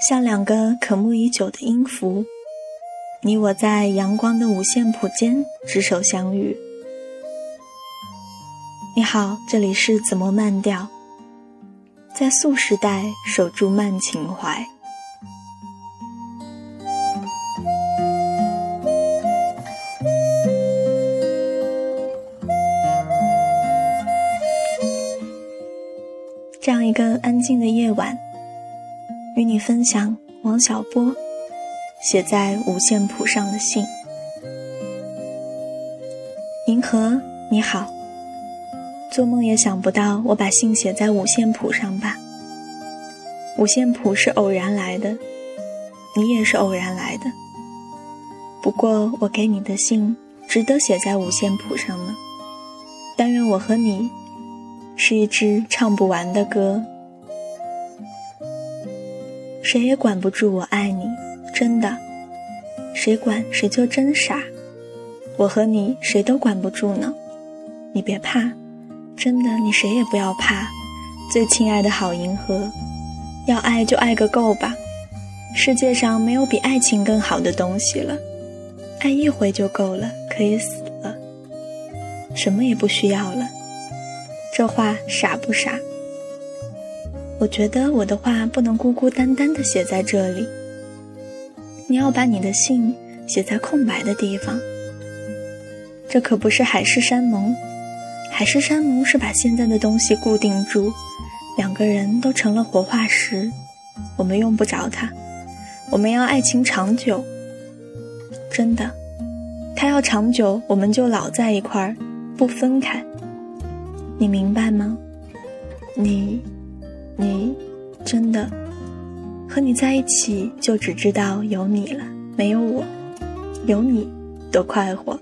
像两个渴慕已久的音符，你我在阳光的五线谱间执手相遇。你好，这里是紫陌慢调，在素时代守住慢情怀。这样一个安静的夜晚，与你分享王小波写在五线谱上的信。银河，你好，做梦也想不到我把信写在五线谱上吧。五线谱是偶然来的，你也是偶然来的，不过我给你的信值得写在五线谱上呢。但愿我和你是一支唱不完的歌。谁也管不住我爱你，真的，谁管谁就真傻。我和你谁都管不住呢，你别怕，真的，你谁也不要怕。最亲爱的好银河，要爱就爱个够吧。世界上没有比爱情更好的东西了，爱一回就够了，可以死了，什么也不需要了。这话傻不傻？我觉得我的话不能孤孤单单地写在这里，你要把你的信写在空白的地方。这可不是海誓山盟，海誓山盟是把现在的东西固定住，两个人都成了活化石，我们用不着它。我们要爱情长久，真的，它要长久，我们就老在一块儿，不分开。你明白吗？你真的和你在一起就只知道有你了，没有我，有你多快活。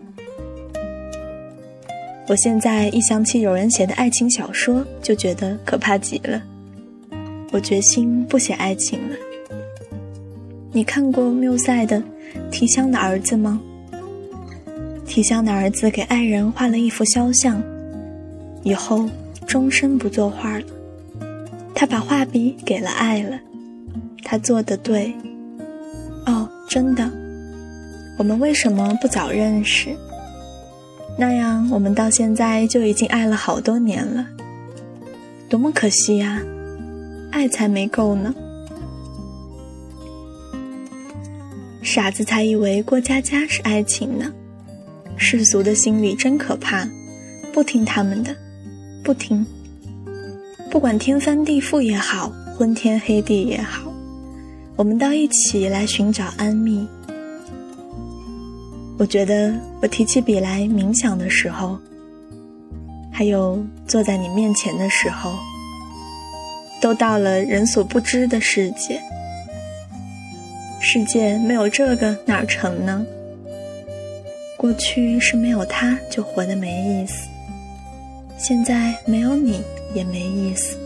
我现在一想起有人写的爱情小说就觉得可怕极了，我决心不写爱情了。你看过缪塞的《提香的儿子》吗？提香的儿子给爱人画了一幅肖像，以后终身不作画了，他把画笔给了爱了，他做得对。哦，真的，我们为什么不早认识？那样我们到现在就已经爱了好多年了，多么可惜呀，爱才没够呢。傻子才以为过家家是爱情呢，世俗的心理真可怕，不听他们的，不听，不管天翻地覆也好，昏天黑地也好，我们到一起来寻找安谧。我觉得我提起笔来冥想的时候，还有坐在你面前的时候，都到了人所不知的世界。世界没有这个哪儿成呢？过去是没有他就活得没意思，现在没有你也没意思。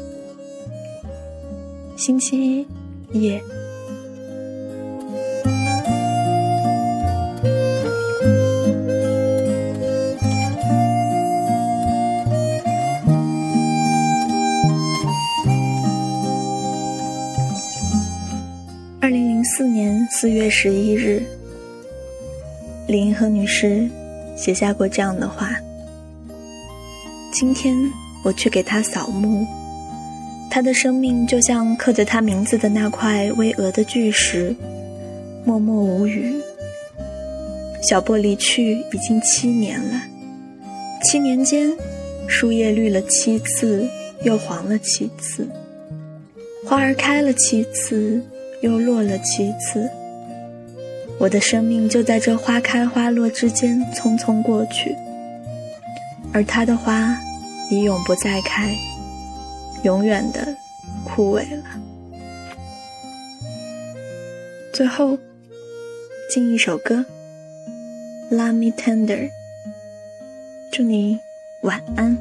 星期一夜。2004年4月11日，李银河女士写下过这样的话：今天我去给她扫墓，她的生命就像刻着她名字的那块巍峨的巨石，默默无语。小波离去已经7年了，7年间，树叶绿了7次，又黄了7次，花儿开了7次，又落了7次。我的生命就在这花开花落之间匆匆过去，而它的花已永不再开，永远的枯萎了。最后进一首歌 Love Me Tender， 祝你晚安。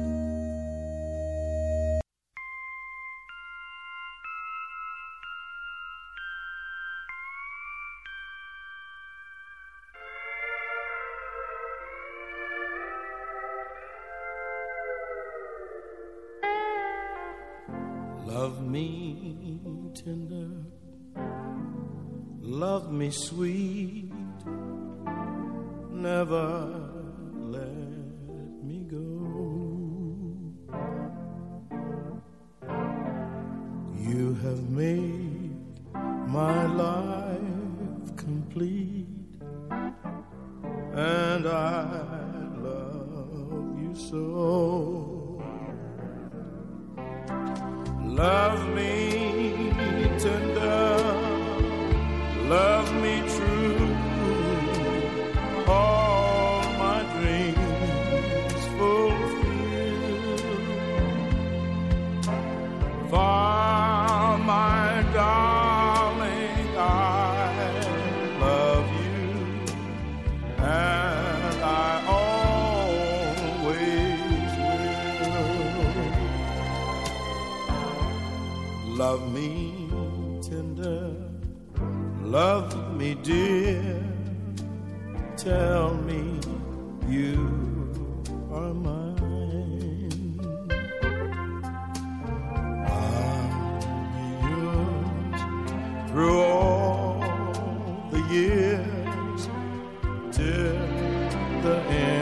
Love me tender, Love me sweet, never let me go. You have made my life complete, and I love you so. Love me tender, love me true, all my dreams fulfill. For my darling, I love you, and I always will. Love me tender, love me dear, tell me you are mine. I'll be yours through all the years till the end.